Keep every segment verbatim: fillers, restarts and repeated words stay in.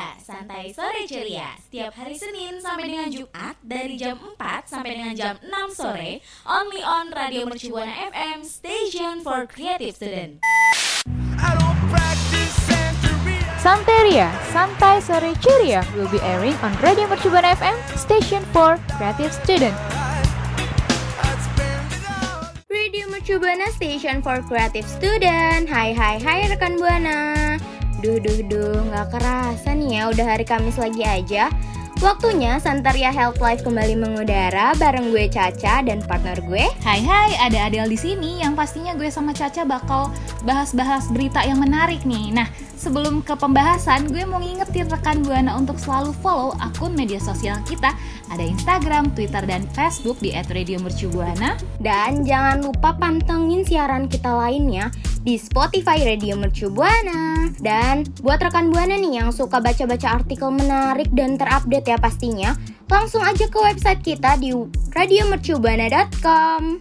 Santeria, santai sore ceria. Setiap hari Senin sampai dengan Jumat dari jam empat sampai dengan jam enam sore, only on Radio Mercu Buana F M, Station for Creative Student. Santeria, santai sore ceria will be airing on Radio Mercu Buana F M, Station for Creative Student. Radio Mercu Buana, Station for Creative Student. Hai hai hai rekan Buana. Duh duh duh, gak kerasa nih ya udah hari Kamis lagi aja. Waktunya Santeria Health Life kembali mengudara bareng gue Caca dan partner gue. Hai hai, ada Adel di sini yang pastinya gue sama Caca bakal bahas-bahas berita yang menarik nih. Nah, sebelum ke pembahasan, gue mau ngingetin rekan Buana untuk selalu follow akun media sosial kita. Ada Instagram, Twitter, dan Facebook di et radio mercu buana. Dan jangan lupa pantengin siaran kita lainnya di Spotify Radio Mercu Buana. Dan buat rekan Buana nih yang suka baca-baca artikel menarik dan terupdate ya pastinya, langsung aja ke website kita di radio mercu buana dot com.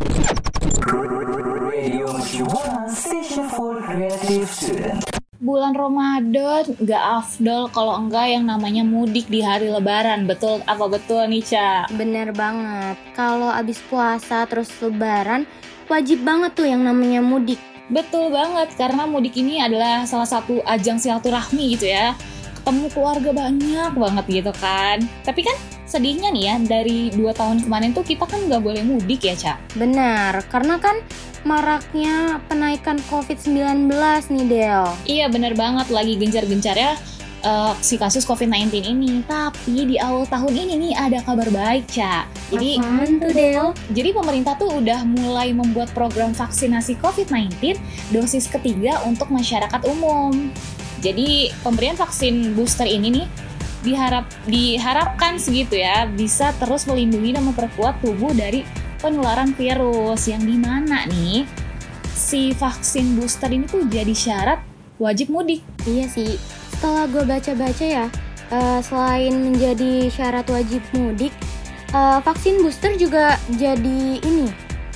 Radio Mercu Buana, Station for Creative Student. Bulan Ramadan gak afdol kalau enggak yang namanya mudik di hari lebaran. Betul apa betul nih, Ca? Bener banget. Kalau abis puasa terus lebaran, wajib banget tuh yang namanya mudik. Betul banget, karena mudik ini adalah salah satu ajang silaturahmi gitu ya. Ketemu keluarga banyak banget gitu kan. Tapi kan sedihnya nih ya, dari dua tahun kemarin tuh kita kan gak boleh mudik ya, Ca? Benar, karena kan maraknya penaikan covid sembilan belas nih, Del. Iya bener banget, lagi gencar-gencarnya uh, si kasus covid sembilan belas ini. Tapi di awal tahun ini nih ada kabar baik, Ca. Jadi, apaan tuh, Del? Jadi pemerintah tuh udah mulai membuat program vaksinasi covid sembilan belas dosis ketiga untuk masyarakat umum. Jadi pemberian vaksin booster ini nih diharap diharapkan segitu ya bisa terus melindungi dan memperkuat tubuh dari penularan virus, yang dimana nih si vaksin booster ini tuh jadi syarat wajib mudik. Iya sih, setelah gue baca-baca ya, uh, selain menjadi syarat wajib mudik, uh, vaksin booster juga jadi ini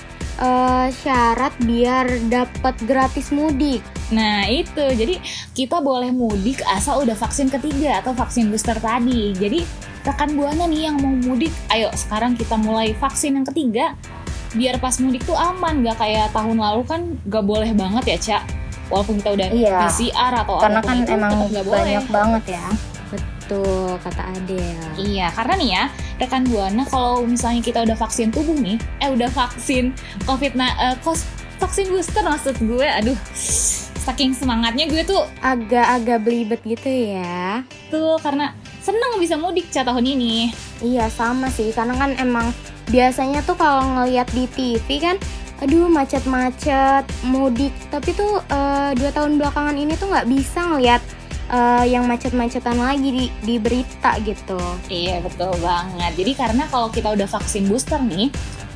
uh, syarat biar dapat gratis mudik. Nah itu, jadi kita boleh mudik asal udah vaksin ketiga atau vaksin booster tadi. Jadi rekan Buana nih yang mau mudik, ayo sekarang kita mulai vaksin yang ketiga biar pas mudik tuh aman, gak kayak tahun lalu kan gak boleh banget ya, Cak. Walaupun kita udah iya, P C R atau karena apapun kan itu emang gak banyak boleh banget ya. Betul kata Adel. Iya, karena nih ya rekan Buana, kalau misalnya kita udah vaksin tubuh nih, eh udah vaksin covid na uh, kos vaksin booster maksud gue, aduh saking semangatnya gue tuh agak-agak belibet gitu ya. Tuh karena seneng bisa mudik Ca tahun ini. Iya sama sih, karena kan emang biasanya tuh kalau ngeliat di T V kan, aduh macet-macet mudik. Tapi tuh uh, dua tahun belakangan ini tuh nggak bisa ngeliat uh, yang macet-macetan lagi di, di berita gitu. Iya betul banget. Jadi karena kalau kita udah vaksin booster nih,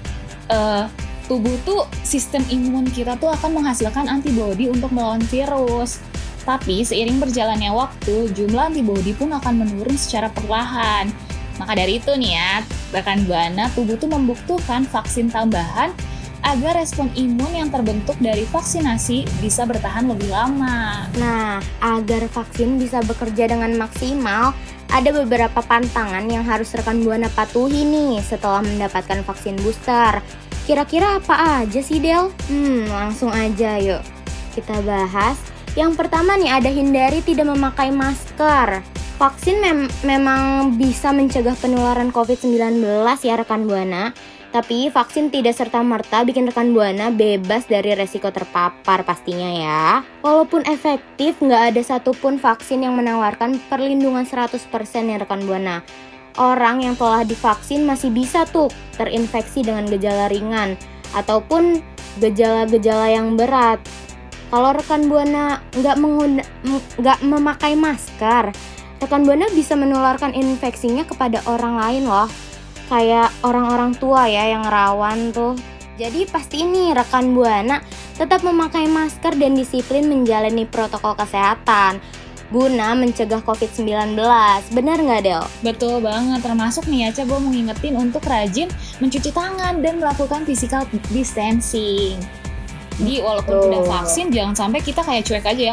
uh, tubuh tuh sistem imun kita tuh akan menghasilkan antibodi untuk melawan virus. Tapi seiring berjalannya waktu, jumlah antibodi pun akan menurun secara perlahan. Maka dari itu nih ya, rekan Buana, tubuh tuh membutuhkan vaksin tambahan agar respon imun yang terbentuk dari vaksinasi bisa bertahan lebih lama. Nah, agar vaksin bisa bekerja dengan maksimal, ada beberapa pantangan yang harus rekan Buana patuhi nih setelah mendapatkan vaksin booster. Kira-kira apa aja sih, Del? Hmm, langsung aja yuk kita bahas. Yang pertama nih, ada hindari tidak memakai masker. Vaksin mem- memang bisa mencegah penularan covid sembilan belas ya rekan Buana. Tapi vaksin tidak serta-merta bikin rekan Buana bebas dari resiko terpapar pastinya ya. Walaupun efektif, nggak ada satupun vaksin yang menawarkan perlindungan seratus persen ya rekan Buana. Orang yang telah divaksin masih bisa tuh terinfeksi dengan gejala ringan ataupun gejala-gejala yang berat. Kalau rekan Buana nggak menggunakan nggak memakai masker, rekan Buana bisa menularkan infeksinya kepada orang lain loh. Kayak orang-orang tua ya yang rawan tuh. Jadi pasti ini rekan Buana tetap memakai masker dan disiplin menjalani protokol kesehatan guna mencegah covid sembilan belas. Benar nggak, Del? Betul banget, termasuk nih ya, Ca, gue mau ngingetin untuk rajin mencuci tangan dan melakukan physical distancing. Jadi walaupun Betul. udah vaksin, jangan sampai kita kayak cuek aja ya, kayak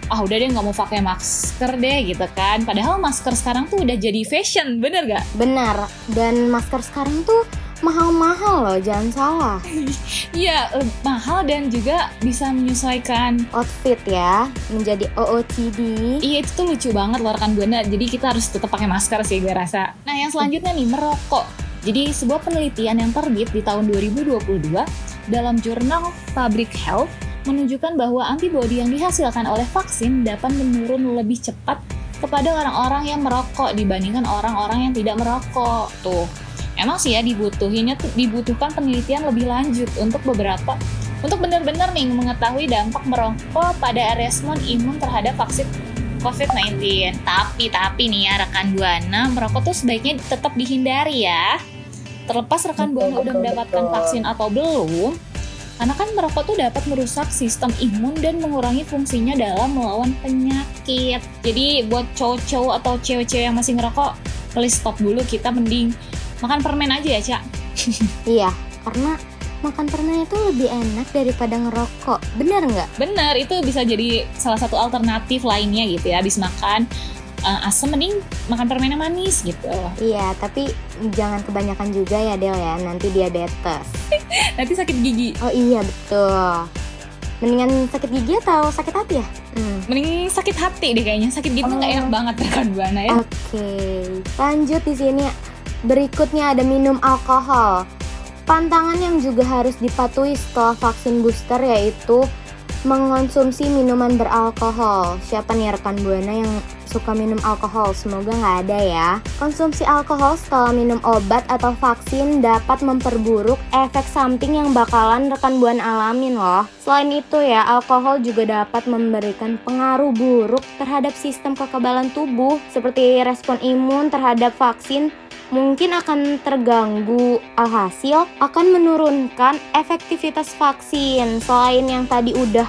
ah udah deh nggak mau pakai masker deh gitu kan. Padahal masker sekarang tuh udah jadi fashion, bener gak? Benar, dan masker sekarang tuh mahal-mahal loh, jangan salah. Iya, mahal dan juga bisa menyesuaikan Outfit ya, menjadi O O T D. Iya, itu tuh lucu banget loh rekan Buana. Jadi kita harus tetap pakai masker sih gue rasa. Nah, yang selanjutnya nih, merokok. Jadi sebuah penelitian yang terbit di tahun dua ribu dua puluh dua dalam jurnal Public Health menunjukkan bahwa antibodi yang dihasilkan oleh vaksin dapat menurun lebih cepat kepada orang-orang yang merokok dibandingkan orang-orang yang tidak merokok. Tuh, emang sih ya dibutuhinnya tuh dibutuhkan penelitian lebih lanjut untuk beberapa untuk benar-benar nih mengetahui dampak merokok pada respon imun terhadap vaksin covid sembilan belas. Tapi tapi nih ya rekan Buana, merokok tuh sebaiknya tetap dihindari ya. Terlepas rekan Buana udah mendapatkan vaksin atau belum, karena kan merokok tuh dapat merusak sistem imun dan mengurangi fungsinya dalam melawan penyakit. Jadi buat cowok-cowok atau cewek-cewek yang masih ngerokok, please stop dulu, kita mending makan permen aja ya, Cak. Iya, karena makan permen itu lebih enak daripada ngerokok. Bener nggak? Bener, itu bisa jadi salah satu alternatif lainnya gitu ya. Habis makan uh, asam mending makan permen yang manis gitu. Iya, tapi jangan kebanyakan juga ya Del ya, nanti diabetes. Nanti sakit gigi. Oh iya betul. Mendingan sakit gigi atau sakit hati ya? Hmm. Mending sakit hati deh kayaknya. Sakit gigi tuh nggak Oh. enak banget rekan Buana ya. Oke, lanjut di sini. Berikutnya ada minum alkohol. Pantangan yang juga harus dipatuhi setelah vaksin booster yaitu mengonsumsi minuman beralkohol. Siapa nih rekan Buana yang suka minum alkohol? Semoga nggak ada ya. Konsumsi alkohol setelah minum obat atau vaksin dapat memperburuk efek samping yang bakalan rekan Buana alamin loh. Selain itu ya, alkohol juga dapat memberikan pengaruh buruk terhadap sistem kekebalan tubuh seperti respon imun terhadap vaksin mungkin akan terganggu, alhasil akan menurunkan efektivitas vaksin. Selain yang tadi udah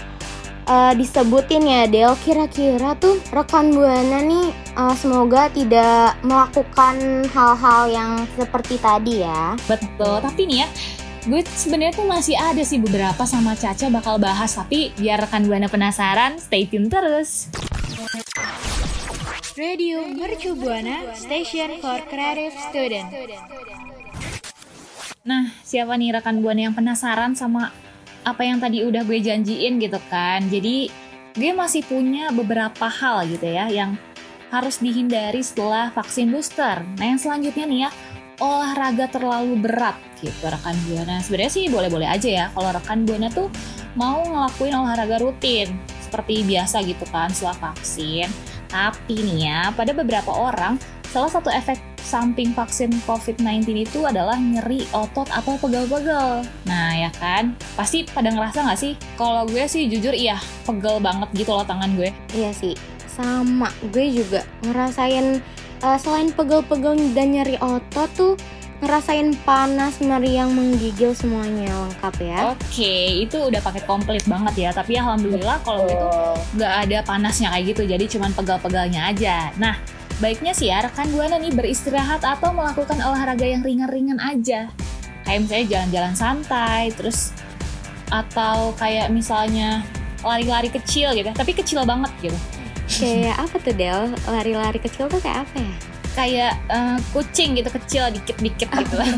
uh, disebutin ya Del, kira-kira tuh rekan Buana nih uh, semoga tidak melakukan hal-hal yang seperti tadi ya. Betul, tapi nih ya, gue sebenarnya tuh masih ada sih beberapa sama Caca bakal bahas, tapi biar rekan Buana penasaran, stay tune terus. Radio Mercu Buana, Station for Creative Student. Nah, siapa nih rekan Buana yang penasaran sama apa yang tadi udah gue janjiin gitu kan? Jadi, gue masih punya beberapa hal gitu ya yang harus dihindari setelah vaksin booster. Nah, yang selanjutnya nih ya, olahraga terlalu berat gitu rekan Buana. Sebenarnya sih boleh-boleh aja ya kalau rekan Buana tuh mau ngelakuin olahraga rutin seperti biasa gitu kan setelah vaksin. Tapi nih ya, pada beberapa orang, salah satu efek samping vaksin covid sembilan belas itu adalah nyeri otot atau pegel-pegel. Nah ya kan, pasti pada ngerasa gak sih? Kalau gue sih jujur iya, pegel banget gitu loh tangan gue. Iya sih, sama. Gue juga ngerasain uh, selain pegel-pegel dan nyeri otot tuh ngerasain panas, meriang, menggigil, semuanya lengkap ya. Oke, itu udah paket komplit banget ya. Tapi alhamdulillah kalau gue tuh nggak ada panasnya kayak gitu, jadi cuman pegal-pegalnya aja. Nah, baiknya sih ya rekan Buana nih beristirahat atau melakukan olahraga yang ringan-ringan aja. Kayak misalnya jalan-jalan santai, terus atau kayak misalnya lari-lari kecil gitu, tapi kecil banget gitu. Kayak apa tuh Del? Lari-lari kecil tuh kayak apa ya? Kayak uh, kucing gitu, kecil dikit-dikit gitu lah.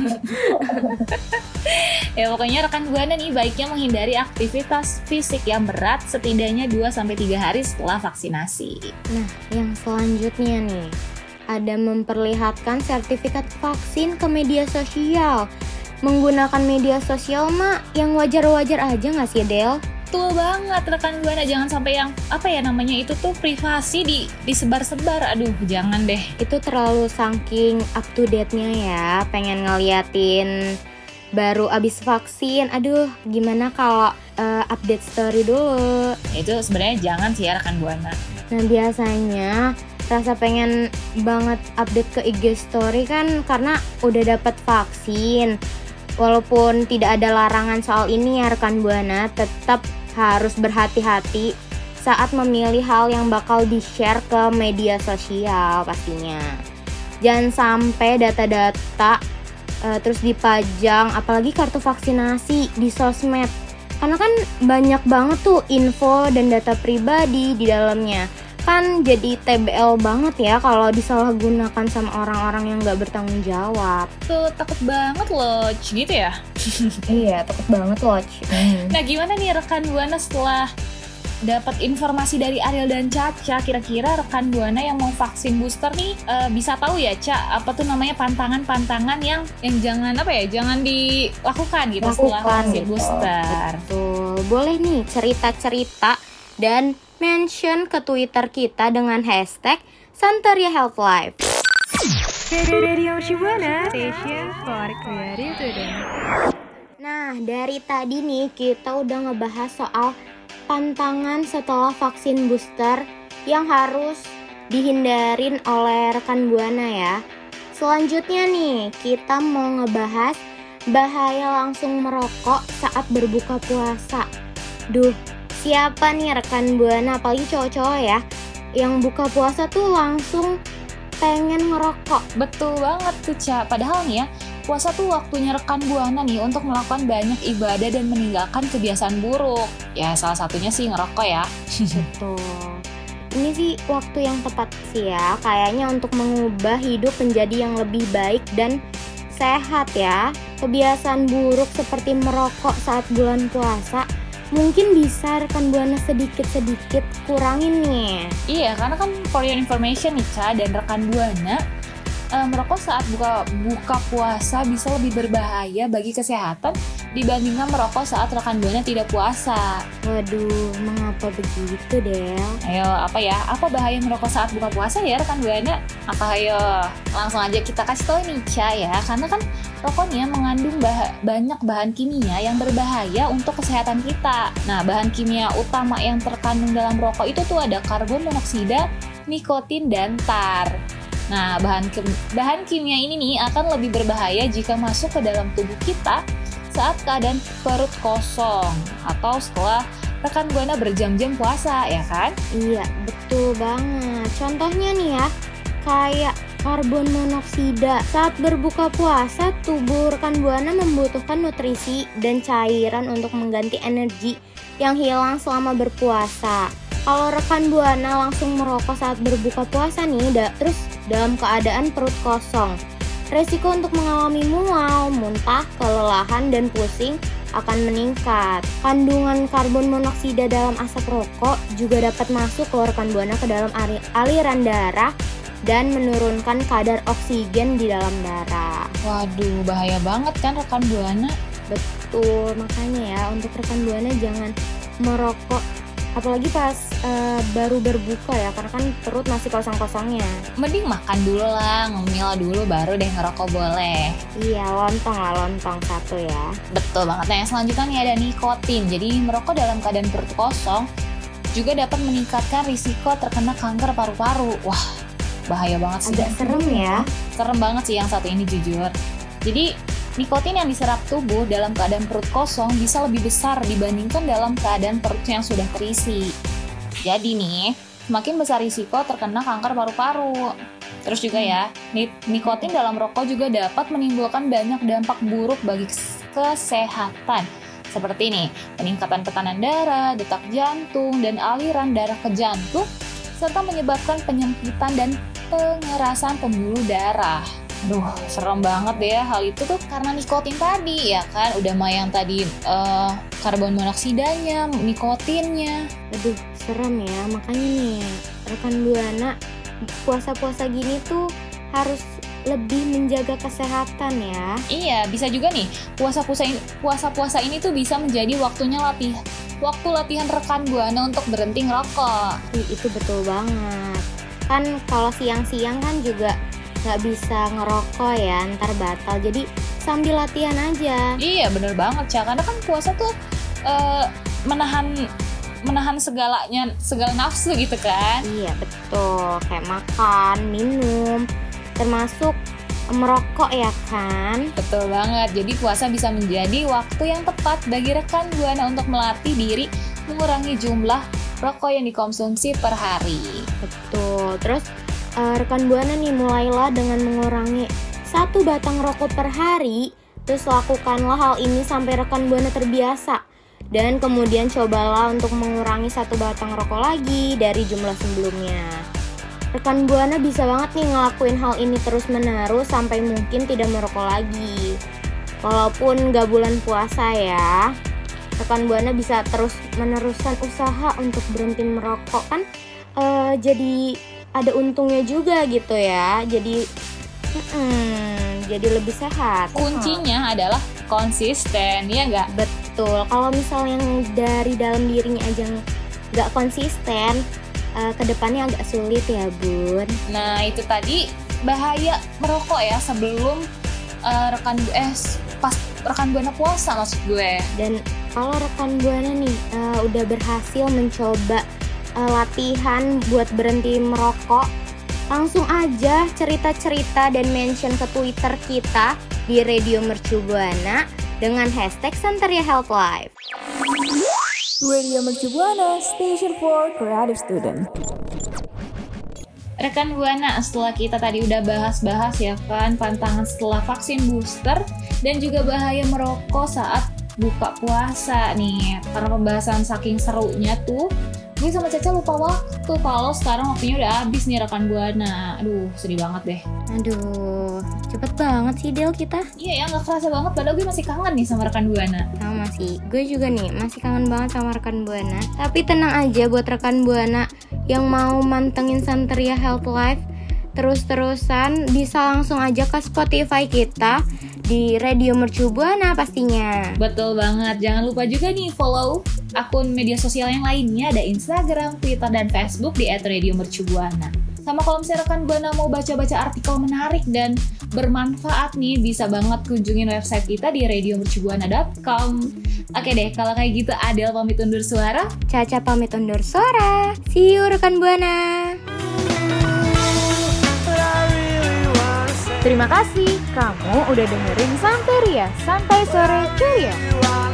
Ya pokoknya rekan Buana nih baiknya menghindari aktivitas fisik yang berat setidaknya dua sampai tiga hari setelah vaksinasi. Nah, yang selanjutnya nih, ada memperlihatkan sertifikat vaksin ke media sosial. Menggunakan media sosial mah yang wajar-wajar aja nggak sih Del? Betul banget rekan Buana, jangan sampai yang apa ya namanya itu tuh privasi di disebar-sebar. Aduh, jangan deh. Itu terlalu saking up to date-nya ya, pengen ngeliatin baru abis vaksin. Aduh, gimana kalau uh, update story dulu? Itu sebenarnya jangan sih ya rekan Buana. Nah, biasanya rasa pengen banget update ke I G story kan karena udah dapat vaksin. Walaupun tidak ada larangan soal ini ya rekan Buana, tetap harus berhati-hati saat memilih hal yang bakal di-share ke media sosial pastinya. Jangan sampai data-data uh, terus dipajang, apalagi kartu vaksinasi di sosmed. Karena kan banyak banget tuh info dan data pribadi di dalamnya. Kan jadi T B L banget ya kalau disalahgunakan sama orang-orang yang gak bertanggung jawab. Tuh takut banget loh, gitu ya? Iya, takut banget loh. Hmm. Nah gimana nih rekan Buana setelah dapat informasi dari Ariel dan Caca, kira-kira rekan Buana yang mau vaksin booster nih uh, bisa tahu ya Ca, apa tuh namanya pantangan-pantangan yang yang jangan apa ya, jangan dilakukan gitu Lakukan setelah vaksin gitu. booster. Betul, boleh nih cerita-cerita dan mention ke Twitter kita dengan hashtag Santeria Health Life. Radio Shibuana, Station for Creative Student. Nah, dari tadi nih kita udah ngebahas soal pantangan setelah vaksin booster yang harus dihindarin oleh rekan Buana ya. Selanjutnya nih, kita mau ngebahas bahaya langsung merokok saat berbuka puasa. Duh, siapa nih rekan Buana, apalagi cowok-cowok ya, yang buka puasa tuh langsung pengen ngerokok. Betul banget tuh Ca, padahal nih ya puasa tuh waktunya rekan Buana nih untuk melakukan banyak ibadah dan meninggalkan kebiasaan buruk. Ya salah satunya sih ngerokok ya. Betul. Ini sih waktu yang tepat sih ya, kayaknya untuk mengubah hidup menjadi yang lebih baik dan sehat ya. Kebiasaan buruk seperti merokok saat bulan puasa mungkin bisa rekan Buana sedikit-sedikit kurangin nih. Iya, karena kan for your information nih Ca dan rekan Buana, Uh, merokok saat buka buka puasa bisa lebih berbahaya bagi kesehatan dibandingkan merokok saat rekan Buana tidak puasa. Waduh, mengapa begitu, Del? Ayo, apa ya? Apa bahaya merokok saat buka puasa ya rekan Buana? Apa ayo? Langsung aja kita kasih tahu nih Ca ya, karena kan rokoknya mengandung bah- banyak bahan kimia yang berbahaya untuk kesehatan kita. Nah, bahan kimia utama yang terkandung dalam rokok itu tuh ada karbon monoksida, nikotin, dan tar. Nah, bahan bahan kimia ini nih akan lebih berbahaya jika masuk ke dalam tubuh kita saat keadaan perut kosong atau setelah rekan Buana berjam-jam puasa, ya kan? Iya, betul banget. Contohnya nih ya, kayak karbon monoksida. Saat berbuka puasa, tubuh rekan Buana membutuhkan nutrisi dan cairan untuk mengganti energi yang hilang selama berpuasa. Kalau rekan Buana langsung merokok saat berbuka puasa nih, da- terus dalam keadaan perut kosong, resiko untuk mengalami mual, muntah, kelelahan, dan pusing akan meningkat. Kandungan karbon monoksida dalam asap rokok juga dapat masuk ke rekan Buana ke dalam aliran darah dan menurunkan kadar oksigen di dalam darah. Waduh, bahaya banget kan rekan Buana? Betul, makanya ya untuk rekan Buana jangan merokok apalagi pas uh, baru berbuka ya, karena kan perut masih kosong-kosongnya. Mending makan dulu lah, ngemil dulu baru deh ngerokok boleh. Iya, lontong lah, lontong satu ya. Betul banget. Nah, yang selanjutnya nih ada nikotin. Jadi merokok dalam keadaan perut kosong juga dapat meningkatkan risiko terkena kanker paru-paru. Wah, bahaya banget sih. Agak serem ya. Serem banget sih yang satu ini jujur. Jadi nikotin yang diserap tubuh dalam keadaan perut kosong bisa lebih besar dibandingkan dalam keadaan perutnya yang sudah terisi. Jadi nih, semakin besar risiko terkena kanker paru-paru. Terus juga ya, nikotin dalam rokok juga dapat menimbulkan banyak dampak buruk bagi kesehatan. Seperti nih, peningkatan tekanan darah, detak jantung, dan aliran darah ke jantung, serta menyebabkan penyempitan dan pengerasan pembuluh darah. Aduh, serem banget deh ya hal itu tuh karena nikotin tadi ya kan. Udah mah yang tadi uh, karbon monoksidanya, nikotinnya. Aduh, serem ya. Makanya nih, rekan Buana puasa-puasa gini tuh harus lebih menjaga kesehatan ya. Iya, bisa juga nih puasa-puasa ini, puasa-puasa ini tuh bisa menjadi waktunya latihan. Waktu latihan rekan Buana untuk berhenti ngerokok. Ih, itu betul banget. Kan kalau siang-siang kan juga nggak bisa ngerokok ya, ntar batal. Jadi sambil latihan aja. Iya, bener banget Ca. Karena kan puasa tuh uh, menahan menahan segalanya, segala nafsu gitu kan. Iya, betul. Kayak makan, minum, termasuk merokok ya kan. Betul banget. Jadi puasa bisa menjadi waktu yang tepat bagi rekan Buana untuk melatih diri mengurangi jumlah rokok yang dikonsumsi per hari. Betul. Terus uh, rekan Buana nih mulailah dengan mengurangi satu batang rokok per hari. Terus lakukanlah hal ini sampai rekan Buana terbiasa. Dan kemudian cobalah untuk mengurangi satu batang rokok lagi dari jumlah sebelumnya. Rekan Buana bisa banget nih ngelakuin hal ini terus-menerus sampai mungkin tidak merokok lagi. Walaupun gak bulan puasa ya, rekan Buana bisa terus meneruskan usaha untuk berhenti merokok kan uh, jadi ada untungnya juga gitu ya. Jadi hmm, jadi lebih sehat. Kuncinya adalah konsisten, ya nggak? Betul. Kalau misalnya dari dalam dirinya aja nggak konsisten, uh, kedepannya agak sulit ya Bun. Nah itu tadi bahaya merokok ya sebelum uh, rekan eh pas rekan Buana puasa maksud gue. Dan kalau rekan Buana nih uh, udah berhasil mencoba uh, latihan buat berhenti merokok, langsung aja cerita-cerita dan mention ke Twitter kita di Radio Mercu Buana dengan hashtag Santeria Health Life. Radio Mercu Buana, Station for Creative Student. Rekan Buana, setelah kita tadi udah bahas-bahas ya kan pantangan setelah vaksin booster dan juga bahaya merokok saat buka puasa nih. Karena pembahasan saking serunya tuh, gue sama Caca lupa waktu kalau sekarang waktunya udah habis nih rekan Buana. Aduh, sedih banget deh. Aduh, cepet banget sih Del kita. Iya ya, gak kerasa banget padahal gue masih kangen nih sama rekan Buana. Sama sih, gue juga nih masih kangen banget sama rekan Buana. Tapi tenang aja buat rekan Buana yang mau mantengin Santeria Health Life terus-terusan, bisa langsung aja ke Spotify kita di Radio Mercu Buana pastinya. Betul banget, jangan lupa juga nih follow akun media sosial yang lainnya, ada Instagram, Twitter, dan Facebook di et radio mercu buana. Sama kalau misalnya rekan Buana mau baca-baca artikel menarik dan bermanfaat nih, bisa banget kunjungin website kita di radio mercu buana dot com. Oke deh, kalau kayak gitu Adel pamit undur suara, Caca pamit undur suara. See you rekan Buana. Terima kasih kamu udah dengerin Santeria, Santai Sore Ceria.